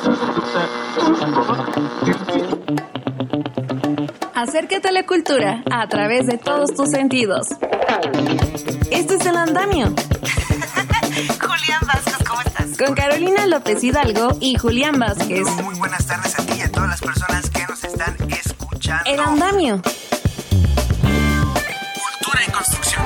Acércate a la cultura a través de todos tus sentidos. Esto es El Andamio. Julián Vázquez, ¿cómo estás? Con Carolina López Hidalgo y Julián Vázquez. Muy buenas tardes a ti y a todas las personas que nos están escuchando. El Andamio. Cultura en construcción.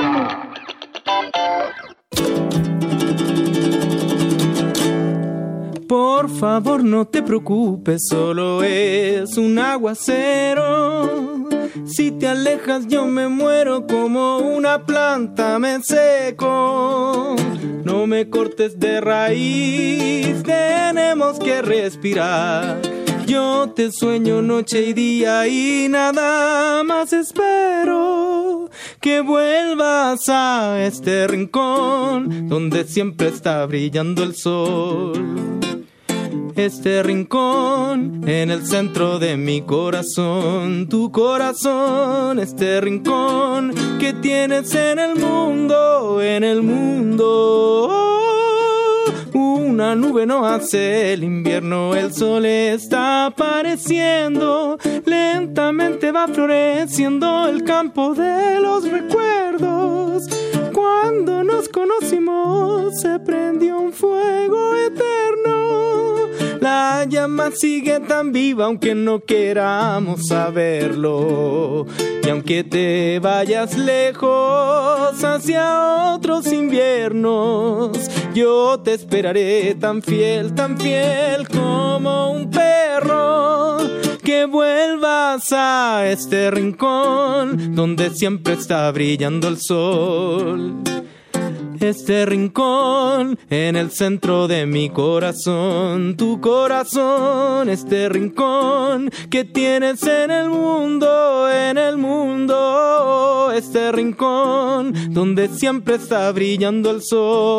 Por favor, no te preocupes, solo es un aguacero. Si te alejas yo me muero, como una planta me seco. No me cortes de raíz, tenemos que respirar. Yo te sueño noche y día y nada más espero que vuelvas a este rincón donde siempre está brillando el sol. Este rincón en el centro de mi corazón, tu corazón, este rincón que tienes en el mundo, en el mundo. Una nube no hace el invierno, el sol está apareciendo, lentamente va floreciendo el campo de los recuerdos. Cuando nos conocimos se prendió un fuego eterno. La llama sigue tan viva aunque no queramos saberlo. Y aunque te vayas lejos hacia otros inviernos, yo te esperaré tan fiel como un perro. Que vuelvas a este rincón donde siempre está brillando el sol. Este rincón en el centro de mi corazón, tu corazón, este rincón que tienes en el mundo, en el mundo. Este rincón donde siempre está brillando el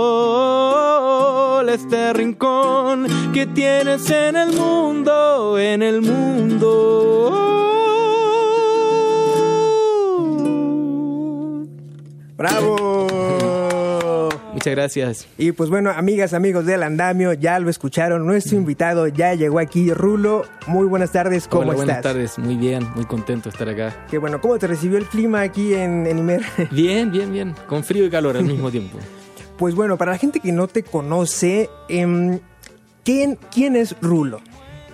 sol. Este rincón que tienes en el mundo, en el mundo. ¡Bravo! Muchas gracias. Y pues bueno, amigas, amigos del Andamio, ya lo escucharon, nuestro invitado ya llegó aquí, Rulo. Muy buenas tardes, ¿cómo Hola, estás? Buenas tardes, muy bien, muy contento de estar acá. Qué bueno, ¿cómo te recibió el clima aquí en Imer? Bien, con frío y calor al mismo tiempo. Pues bueno, para la gente que no te conoce, ¿quién es Rulo?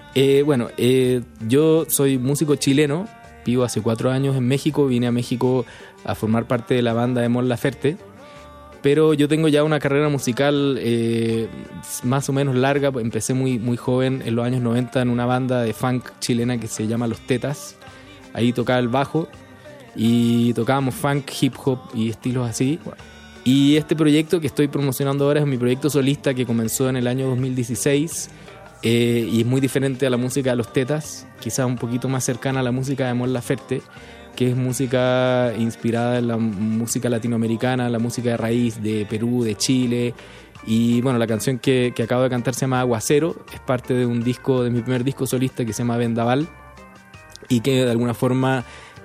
Yo soy músico chileno, vivo hace 4 años en México, vine a México a formar parte de la banda de Mon Laferte. Pero yo tengo ya una carrera musical más o menos larga. Empecé muy joven, en los años 90, en una banda de funk chilena que se llama Los Tetas. Ahí tocaba el bajo y tocábamos funk, hip hop y estilos así. Y este proyecto que estoy promocionando ahora es mi proyecto solista que comenzó en el año 2016 y es muy diferente a la música de Los Tetas, quizás un poquito más cercana a la música de Mon Laferte, que es música inspirada en la música latinoamericana, la música de raíz de Perú, de Chile. Y bueno, la canción que acabo de cantar se llama Aguacero, es parte de un disco, de mi primer disco solista que se llama Vendaval, y que de alguna forma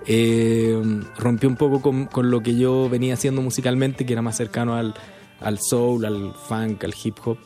rompió un poco con lo que yo venía haciendo musicalmente, que era más cercano al soul, al funk, al hip hop.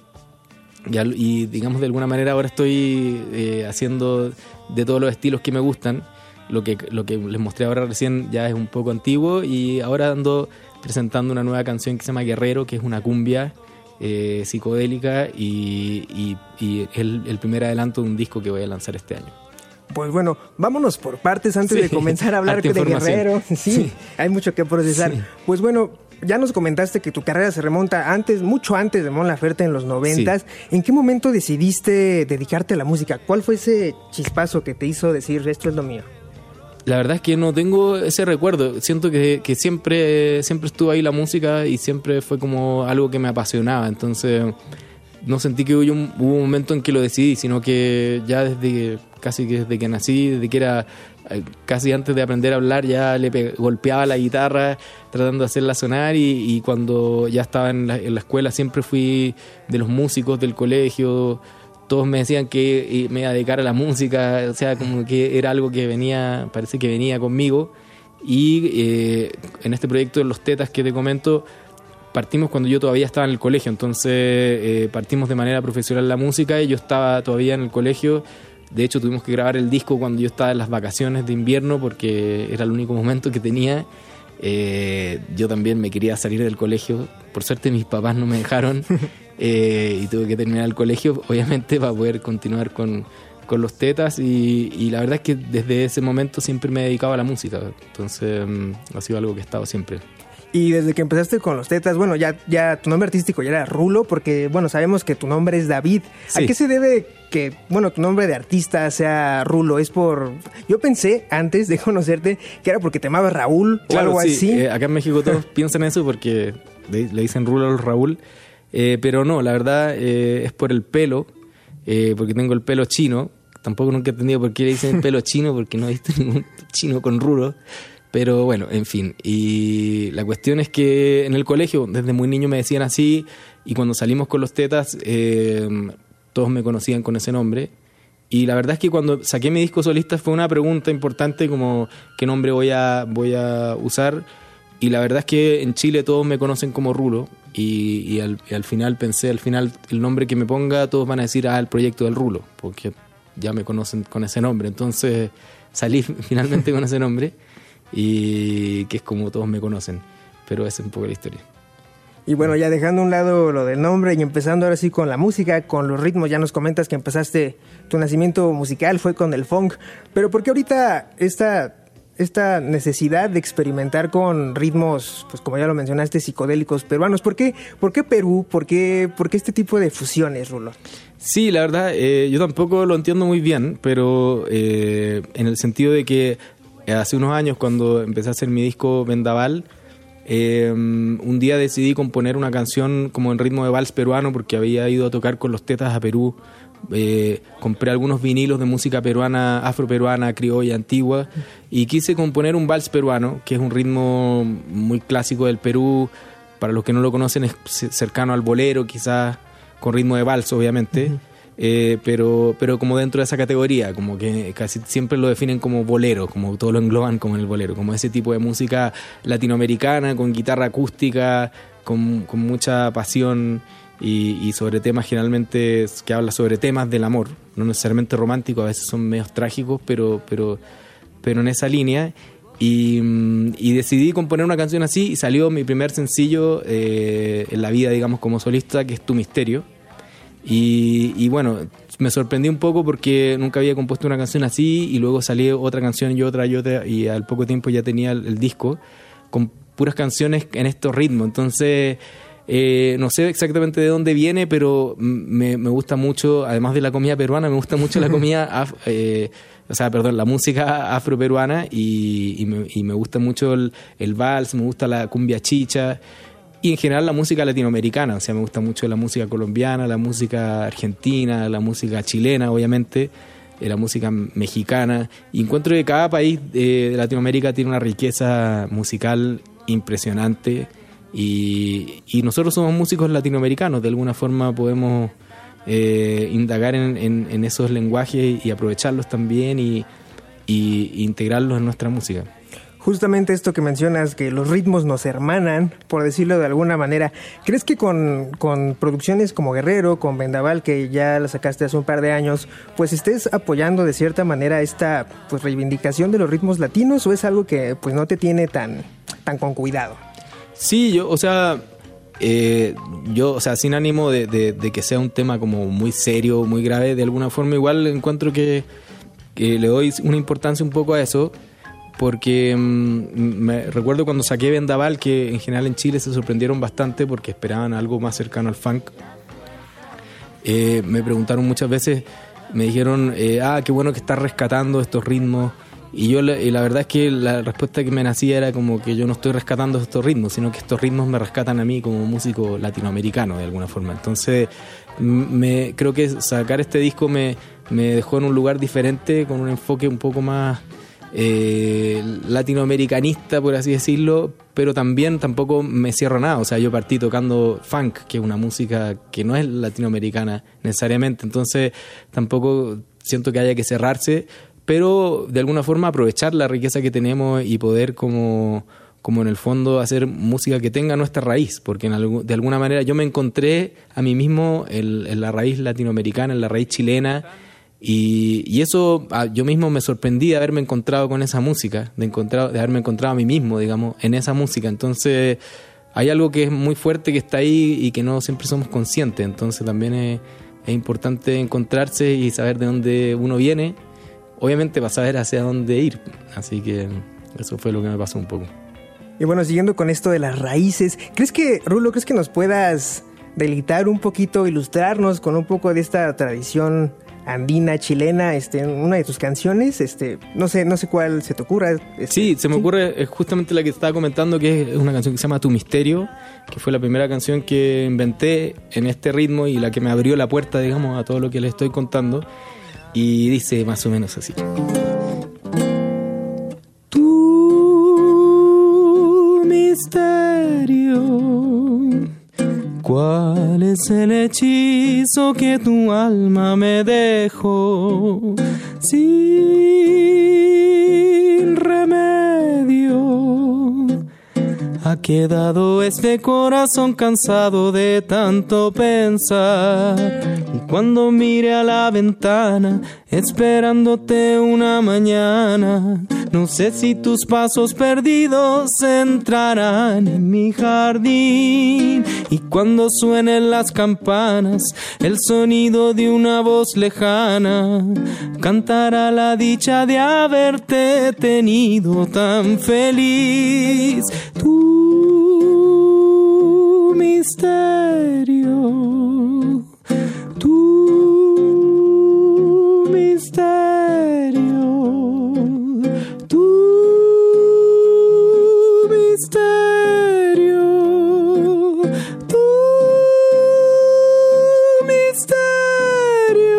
Y digamos, de alguna manera ahora estoy haciendo de todos los estilos que me gustan. Lo que les mostré ahora recién ya es un poco antiguo y ahora ando presentando una nueva canción que se llama Guerrero, que es una cumbia psicodélica y es el primer adelanto de un disco que voy a lanzar este año. Pues bueno, vámonos por partes antes de comenzar a hablar de Guerrero. Sí, hay mucho que procesar. Sí. Pues bueno, ya nos comentaste que tu carrera se remonta mucho antes de Mon Laferte, en los 90s. Sí. ¿En qué momento decidiste dedicarte a la música? ¿Cuál fue ese chispazo que te hizo decir, esto es lo mío? La verdad es que no tengo ese recuerdo. Siento que siempre estuvo ahí la música y siempre fue como algo que me apasionaba. Entonces no sentí que hubo un momento en que lo decidí, sino que ya desde que nací, desde que era casi antes de aprender a hablar, ya golpeaba la guitarra tratando de hacerla sonar y cuando ya estaba en la escuela siempre fui de los músicos del colegio. Todos me decían que me iba a dedicar a la música, o sea, como que era algo que parece que venía conmigo. Y en este proyecto de Los Tetas que te comento, partimos cuando yo todavía estaba en el colegio, entonces partimos de manera profesional la música y yo estaba todavía en el colegio. De hecho, tuvimos que grabar el disco cuando yo estaba en las vacaciones de invierno porque era el único momento que tenía. Yo también me quería salir del colegio. Por suerte mis papás no me dejaron y tuve que terminar el colegio, obviamente, para poder continuar con los Tetas y la verdad es que desde ese momento siempre me he dedicado a la música. Entonces ha sido algo que he estado siempre. Y desde que empezaste con los Tetas, bueno, ya tu nombre artístico ya era Rulo, porque, bueno, sabemos que tu nombre es David. Sí. ¿A qué se debe que, bueno, tu nombre de artista sea Rulo? Es por... Yo pensé, antes de conocerte, que era porque te llamabas Raúl o algo así. Acá en México todos piensan eso porque le dicen Rulo al Raúl. Pero no, la verdad es por el pelo, porque tengo el pelo chino. Tampoco nunca he entendido por qué le dicen pelo chino, porque no he visto ningún chino con rulo. Pero bueno, en fin. Y la cuestión es que en el colegio, desde muy niño me decían así, y cuando salimos con los Tetas, todos me conocían con ese nombre. Y la verdad es que cuando saqué mi disco solista fue una pregunta importante como ¿qué nombre voy a usar? Y la verdad es que en Chile todos me conocen como Rulo. Y al final pensé, el nombre que me ponga, todos van a decir, el proyecto del Rulo, porque ya me conocen con ese nombre. Entonces salí finalmente con ese nombre. Y que es como todos me conocen, pero esa es un poco la historia. Y bueno, ya dejando a un lado lo del nombre y empezando ahora sí con la música, con los ritmos, ya nos comentas que empezaste, tu nacimiento musical fue con el funk, pero ¿por qué ahorita esta necesidad de experimentar con ritmos, pues como ya lo mencionaste, psicodélicos peruanos? ¿Por qué Perú? ¿Por qué este tipo de fusiones, Rulo? Sí, la verdad, yo tampoco lo entiendo muy bien, pero en el sentido de que hace unos años, cuando empecé a hacer mi disco Vendaval, un día decidí componer una canción como en ritmo de vals peruano porque había ido a tocar con los Tetas a Perú. Compré algunos vinilos de música peruana, afroperuana, criolla, antigua, y quise componer un vals peruano, que es un ritmo muy clásico del Perú. Para los que no lo conocen, es cercano al bolero, quizás con ritmo de vals, obviamente. Uh-huh. Pero como dentro de esa categoría, como que casi siempre lo definen como bolero, como todo lo engloban como en el bolero, como ese tipo de música latinoamericana con guitarra acústica, con mucha pasión y sobre temas generalmente que habla sobre temas del amor, no necesariamente románticos, a veces son medios trágicos, pero en esa línea. Y decidí componer una canción así y salió mi primer sencillo en la vida, digamos, como solista, que es Tu Misterio. Y bueno, me sorprendí un poco porque nunca había compuesto una canción así y luego salió otra canción y otra y al poco tiempo ya tenía el disco con puras canciones en estos ritmos. Entonces no sé exactamente de dónde viene, pero me gusta mucho, además de la comida peruana, me gusta mucho la comida la música afroperuana y me gusta mucho el vals, me gusta la cumbia chicha. Y en general la música latinoamericana, o sea, me gusta mucho la música colombiana, la música argentina, la música chilena, obviamente, la música mexicana. Y encuentro que cada país de Latinoamérica tiene una riqueza musical impresionante y nosotros somos músicos latinoamericanos, de alguna forma podemos indagar en esos lenguajes y aprovecharlos también y integrarlos en nuestra música. Justamente esto que mencionas, que los ritmos nos hermanan, por decirlo de alguna manera. ¿Crees que con producciones como Guerrero, con Vendaval, que ya la sacaste hace un par de años, pues estés apoyando de cierta manera esta pues reivindicación de los ritmos latinos, o es algo que pues no te tiene tan con cuidado? Sí, yo, sin ánimo de que sea un tema como muy serio, muy grave, de alguna forma igual encuentro que le doy una importancia un poco a eso. Porque me recuerdo cuando saqué Vendaval que en general en Chile se sorprendieron bastante porque esperaban algo más cercano al funk. Me preguntaron muchas veces, me dijeron, qué bueno que estás rescatando estos ritmos. Y la verdad es que la respuesta que me nacía era como que yo no estoy rescatando estos ritmos, sino que estos ritmos me rescatan a mí como músico latinoamericano de alguna forma. Entonces creo que sacar este disco me dejó en un lugar diferente, con un enfoque un poco más latinoamericanista, por así decirlo, pero también tampoco me cierro nada. O sea, yo partí tocando funk, que es una música que no es latinoamericana necesariamente, entonces tampoco siento que haya que cerrarse, pero de alguna forma aprovechar la riqueza que tenemos y poder como como en el fondo hacer música que tenga nuestra raíz, porque de alguna manera yo me encontré a mí mismo en la raíz latinoamericana, en la raíz chilena, y eso yo mismo me sorprendí de haberme encontrado con esa música, de haberme encontrado a mí mismo, digamos, en esa música. Entonces hay algo que es muy fuerte que está ahí y que no siempre somos conscientes, entonces también es importante encontrarse y saber de dónde uno viene, obviamente para saber hacia dónde ir, así que eso fue lo que me pasó un poco. Y bueno, siguiendo con esto de las raíces, Rulo, ¿crees que nos puedas deleitar un poquito, ilustrarnos con un poco de esta tradición andina, chilena, una de tus canciones? No sé cuál se te ocurra. Sí, se me ocurre, es justamente la que estaba comentando, que es una canción que se llama Tu Misterio, que fue la primera canción que inventé en este ritmo y la que me abrió la puerta, digamos, a todo lo que les estoy contando, y dice más o menos así. Misterio, ¿cuál es el hechizo que tu alma me dejó sin remedio? Ha quedado este corazón cansado de tanto pensar, y cuando mire a la ventana esperándote una mañana, no sé si tus pasos perdidos entrarán en mi jardín, y cuando suenen las campanas el sonido de una voz lejana cantará la dicha de haberte tenido tan feliz. Tu misterio, tu misterio, tu misterio, tu misterio.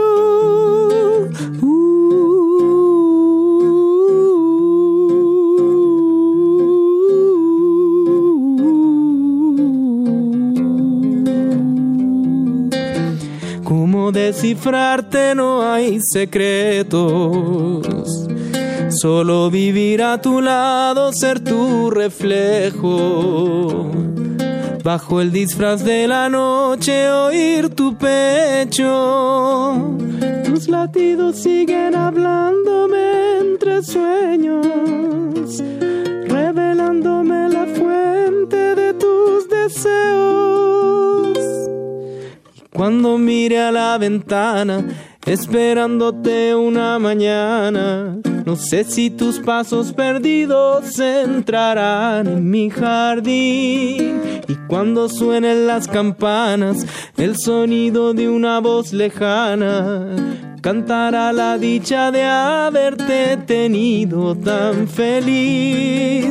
¿Cómo descifrarte? No hay secretos. Solo vivir a tu lado, ser tu reflejo. Bajo el disfraz de la noche, oír tu pecho. Tus latidos siguen hablándome entre sueños, revelándome la fuente de tus deseos. Y cuando mire a la ventana, esperándote una mañana, no sé si tus pasos perdidos entrarán en mi jardín, y cuando suenen las campanas el sonido de una voz lejana cantará la dicha de haberte tenido tan feliz.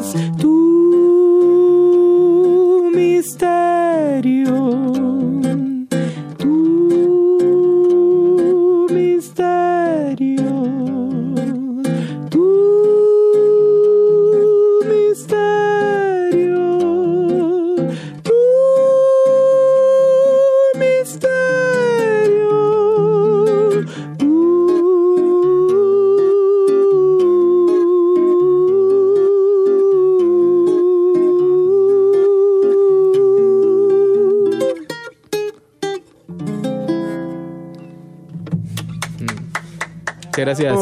Tu misterio, gracias.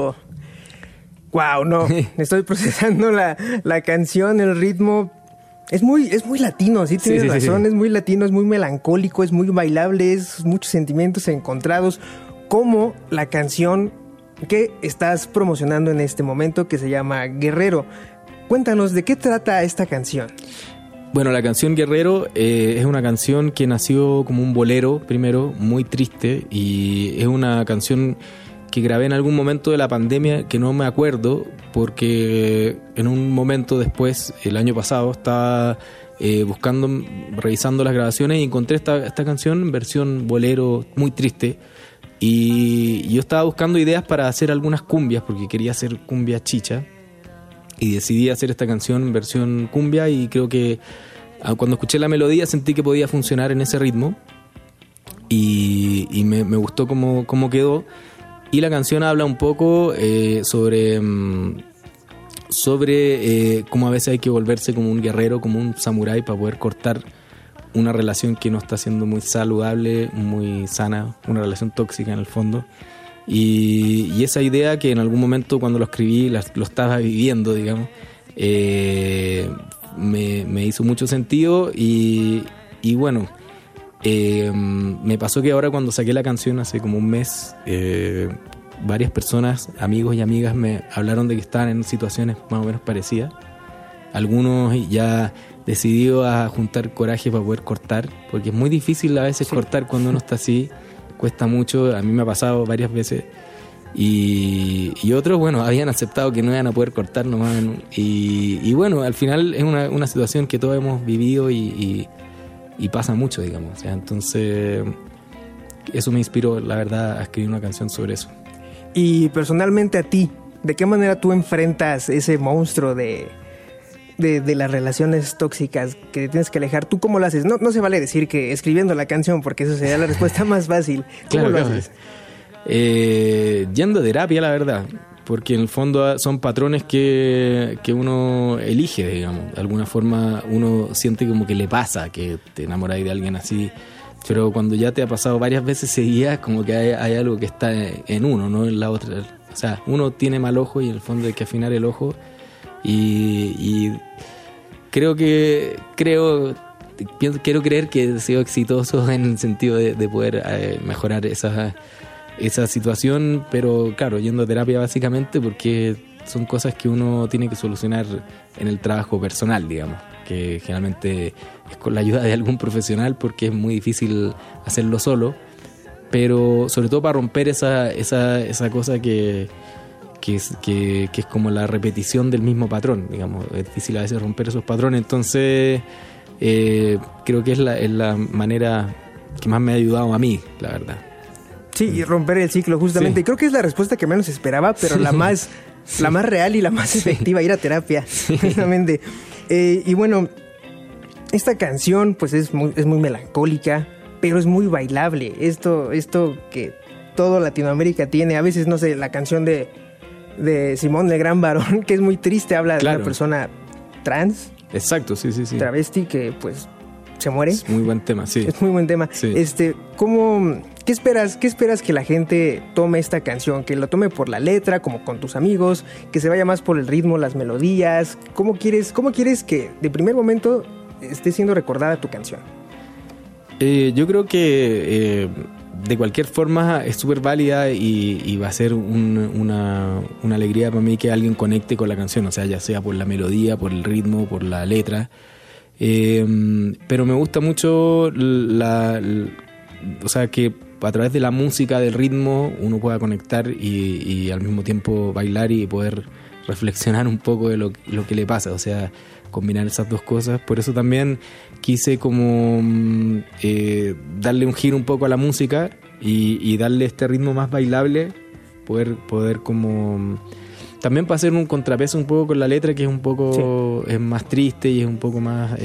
Wow, no, estoy procesando la canción, el ritmo. Es muy latino, sí, tienes razón, sí. Es muy latino, es muy melancólico, es muy bailable, es muchos sentimientos encontrados, como la canción que estás promocionando en este momento, que se llama Guerrero. Cuéntanos, ¿de qué trata esta canción? Bueno, la canción Guerrero es una canción que nació como un bolero, primero, muy triste, y es una canción que grabé en algún momento de la pandemia, que no me acuerdo, porque en un momento después, el año pasado, estaba revisando las grabaciones y encontré esta canción en versión bolero muy triste, y yo estaba buscando ideas para hacer algunas cumbias, porque quería hacer cumbia chicha, y decidí hacer esta canción en versión cumbia, y creo que cuando escuché la melodía sentí que podía funcionar en ese ritmo, y me gustó cómo quedó. Y la canción habla un poco sobre sobre cómo a veces hay que volverse como un guerrero, como un samurái para poder cortar una relación que no está siendo muy saludable, muy sana, una relación tóxica en el fondo. Y esa idea que en algún momento cuando lo escribí lo estaba viviendo, digamos, me hizo mucho sentido y bueno, me pasó que ahora cuando saqué la canción hace como un mes, varias personas, amigos y amigas me hablaron de que estaban en situaciones más o menos parecidas. Algunos ya decididos a juntar coraje para poder cortar, porque es muy difícil a veces cortar cuando uno está así, cuesta mucho, a mí me ha pasado varias veces. Y otros, bueno, habían aceptado que no iban a poder cortar nomás. Y bueno, al final es una situación que todos hemos vivido y pasa mucho, digamos. O sea, entonces, eso me inspiró, la verdad, a escribir una canción sobre eso. Y personalmente a ti, ¿de qué manera tú enfrentas ese monstruo de las relaciones tóxicas que te tienes que alejar? ¿Tú cómo lo haces? No se vale decir que escribiendo la canción, porque eso sería la respuesta más fácil. ¿Cómo lo haces? Yendo a terapia, la verdad, porque en el fondo son patrones que uno elige, digamos. De alguna forma uno siente como que le pasa que te enamoras de alguien así, pero cuando ya te ha pasado varias veces seguidas, como que hay algo que está en uno, no en la otra. O sea, uno tiene mal ojo y en el fondo hay que afinar el ojo. Y quiero creer que he sido exitoso en el sentido de poder mejorar esa situación, pero claro, yendo a terapia básicamente porque son cosas que uno tiene que solucionar en el trabajo personal, digamos, que generalmente es con la ayuda de algún profesional porque es muy difícil hacerlo solo, pero sobre todo para romper esa cosa que es como la repetición del mismo patrón, digamos. Es difícil a veces romper esos patrones, entonces creo que es la manera que más me ha ayudado a mí, la verdad. Sí, y romper el ciclo, justamente. Sí. Creo que es la respuesta que menos esperaba, pero sí. la más real y la más efectiva, ir a terapia, justamente. Y bueno, esta canción pues es muy melancólica, pero es muy bailable. Esto que todo Latinoamérica tiene. A veces, no sé, la canción de Simón el Gran Varón, que es muy triste, habla de una persona trans. Exacto, sí. Travesti, que pues se muere. Es muy buen tema, sí. Es muy buen tema. Sí. ¿Qué esperas que la gente tome esta canción? Que lo tome por la letra, como con tus amigos, que se vaya más por el ritmo, las melodías. ¿Cómo quieres que de primer momento esté siendo recordada tu canción? Yo creo que de cualquier forma es súper válida y va a ser una alegría para mí que alguien conecte con la canción, o sea, ya sea por la melodía, por el ritmo, por la letra. Pero me gusta mucho o sea, que a través de la música, del ritmo, uno pueda conectar y al mismo tiempo bailar y poder reflexionar un poco de lo que le pasa, o sea, combinar esas dos cosas. Por eso también quise como darle un giro un poco a la música y darle este ritmo más bailable, poder como también para hacer un contrapeso un poco con la letra, que es un poco es más triste y es un poco más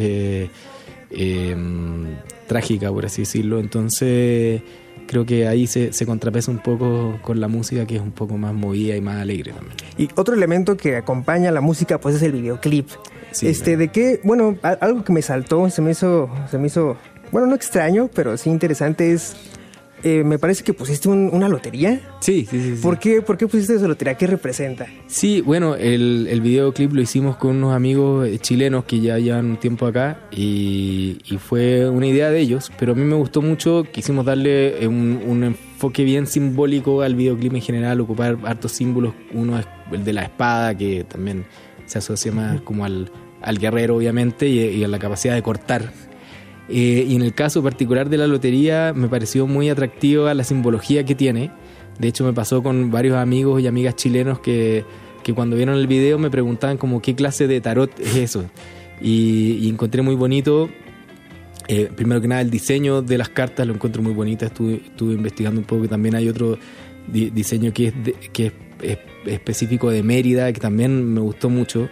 trágica, por así decirlo. Entonces creo que ahí se contrapesa un poco con la música, que es un poco más movida y más alegre también. Y otro elemento que acompaña la música pues es el videoclip. Sí, ¿de qué? Bueno, algo que me saltó, se me hizo, bueno, no extraño, pero sí interesante es, me parece que pusiste una lotería. Sí. ¿Por qué pusiste esa lotería? ¿Qué representa? Sí, bueno, el videoclip lo hicimos con unos amigos chilenos que ya llevan un tiempo acá y fue una idea de ellos, pero a mí me gustó mucho. Quisimos darle un enfoque bien simbólico al videoclip en general, ocupar hartos símbolos. Uno es el de la espada, que también se asocia más como al guerrero, obviamente, y a la capacidad de cortar. Y en el caso particular de la lotería me pareció muy atractiva la simbología que tiene. De hecho me pasó con varios amigos y amigas chilenos que cuando vieron el video me preguntaban como qué clase de tarot es eso, y encontré muy bonito. Primero que nada el diseño de las cartas lo encuentro muy bonita. Estuve investigando un poco, que también hay otro diseño que es específico de Mérida, que también me gustó mucho.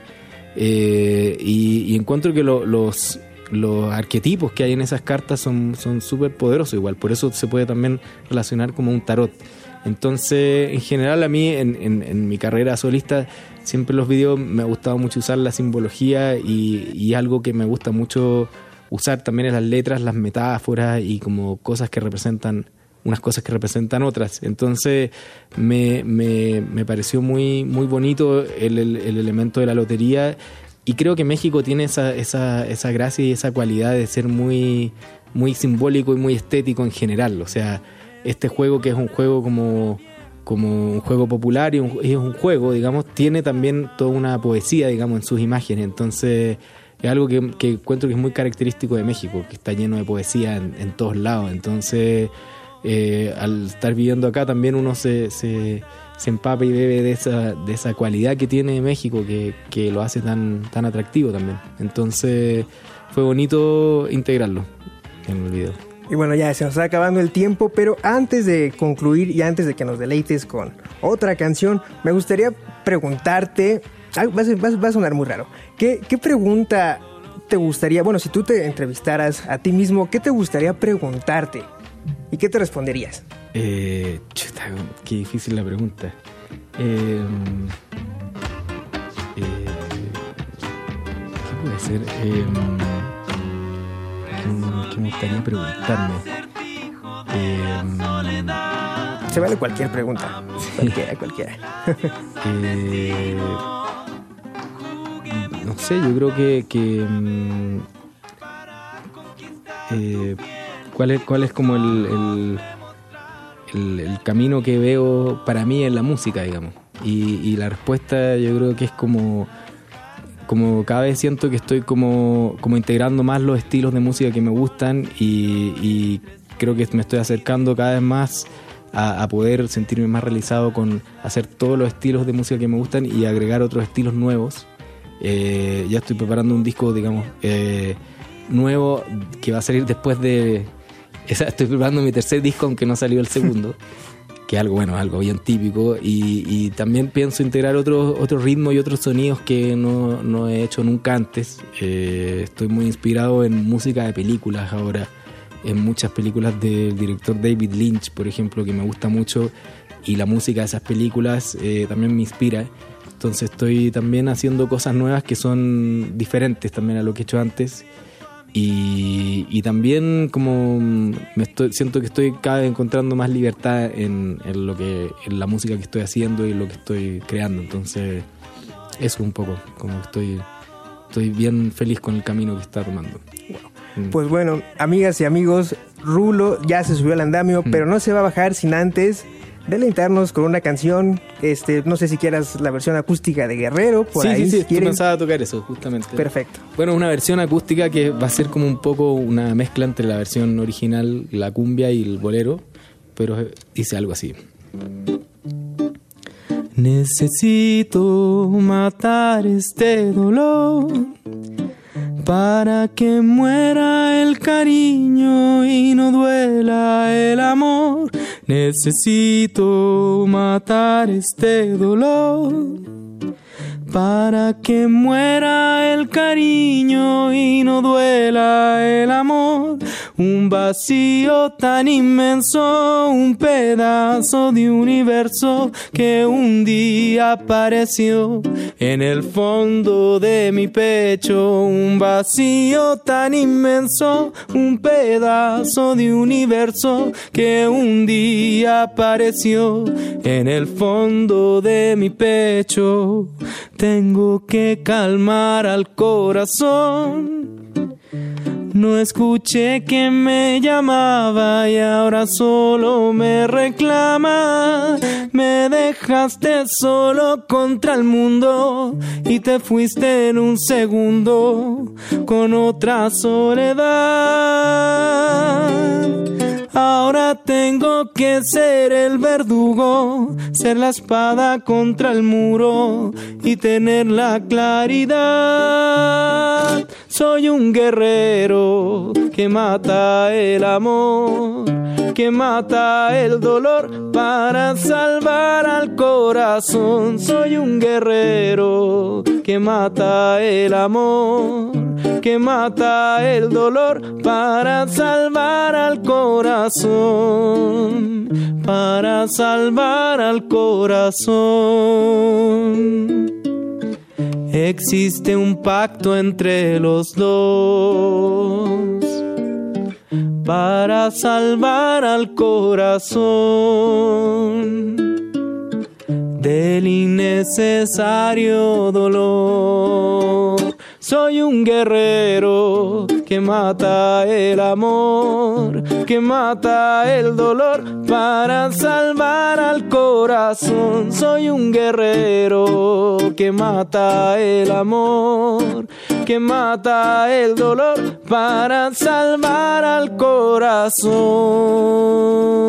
Y encuentro que los arquetipos que hay en esas cartas son súper poderosos igual, por eso se puede también relacionar como un tarot. Entonces, en general, a mí, en mi carrera solista, siempre en los videos me ha gustado mucho usar la simbología y algo que me gusta mucho usar también es las letras, las metáforas y como cosas que representan, unas cosas que representan otras. Entonces, me pareció muy, muy bonito el elemento de la lotería y creo que México tiene esa gracia y esa cualidad de ser muy, muy simbólico y muy estético en general. O sea, este juego, que es un juego como un juego popular y es un juego, digamos, tiene también toda una poesía, digamos, en sus imágenes. Entonces es algo que encuentro que es muy característico de México, que está lleno de poesía en todos lados. Entonces al estar viviendo acá también uno se empapa y bebe de esa cualidad que tiene México, que lo hace tan atractivo también. Entonces fue bonito integrarlo en el video. Y bueno, ya se nos está acabando el tiempo, pero antes de concluir y antes de que nos deleites con otra canción, me gustaría preguntarte, va a sonar muy raro, ¿qué pregunta te gustaría, bueno, si tú te entrevistaras a ti mismo, qué te gustaría preguntarte? ¿Y qué te responderías? Chuta, qué difícil la pregunta. ¿Qué puede ser? ¿Qué me gustaría preguntarme? Se vale cualquier pregunta. Cualquiera. No sé, yo creo que ¿cuál es como el camino que veo para mí en la música, digamos? Y la respuesta yo creo que es como cada vez siento que estoy como integrando más los estilos de música que me gustan y creo que me estoy acercando cada vez más a poder sentirme más realizado con hacer todos los estilos de música que me gustan y agregar otros estilos nuevos. Ya estoy preparando un disco, digamos, nuevo que va a salir después de... Estoy preparando mi tercer disco, aunque no salió el segundo. Que es algo bien típico, y también pienso integrar otro ritmo y otros sonidos que no he hecho nunca antes. Estoy muy inspirado en música de películas ahora, en muchas películas del director David Lynch, por ejemplo, que me gusta mucho, y la música de esas películas también me inspira. Entonces estoy también haciendo cosas nuevas que son diferentes también a lo que he hecho antes. Y también como siento que estoy cada vez encontrando más libertad en la música que estoy haciendo y lo que estoy creando. Entonces eso un poco, como estoy bien feliz con el camino que está tomando. Pues bueno, amigas y amigos, Rulo ya se subió al andamio, pero no se va a bajar sin antes deleitarnos con una canción. No sé si quieras la versión acústica de Guerrero por ahí. Sí, estoy pensaba tocar eso justamente. Perfecto. Bueno, una versión acústica que va a ser como un poco una mezcla entre la versión original, la cumbia y el bolero, pero dice algo así. Necesito matar este dolor para que muera el cariño y no duela el amor. Necesito matar este dolor para que muera el cariño y no duela el amor. Un vacío tan inmenso, un pedazo de universo que un día apareció en el fondo de mi pecho. Un vacío tan inmenso, un pedazo de universo que un día apareció en el fondo de mi pecho. Tengo que calmar al corazón. No escuché que me llamaba y ahora solo me reclama. Me dejaste solo contra el mundo y te fuiste en un segundo con otra soledad. Ahora tengo que ser el verdugo, ser la espada contra el muro y tener la claridad. Soy un guerrero que mata el amor, que mata el dolor para salvar al corazón. Soy un guerrero que mata el amor, que mata el dolor para salvar al corazón, para salvar al corazón. Existe un pacto entre los dos para salvar al corazón del innecesario dolor. Soy un guerrero que mata el amor, que mata el dolor para salvar al corazón. Soy un guerrero que mata el amor, que mata el dolor para salvar al corazón.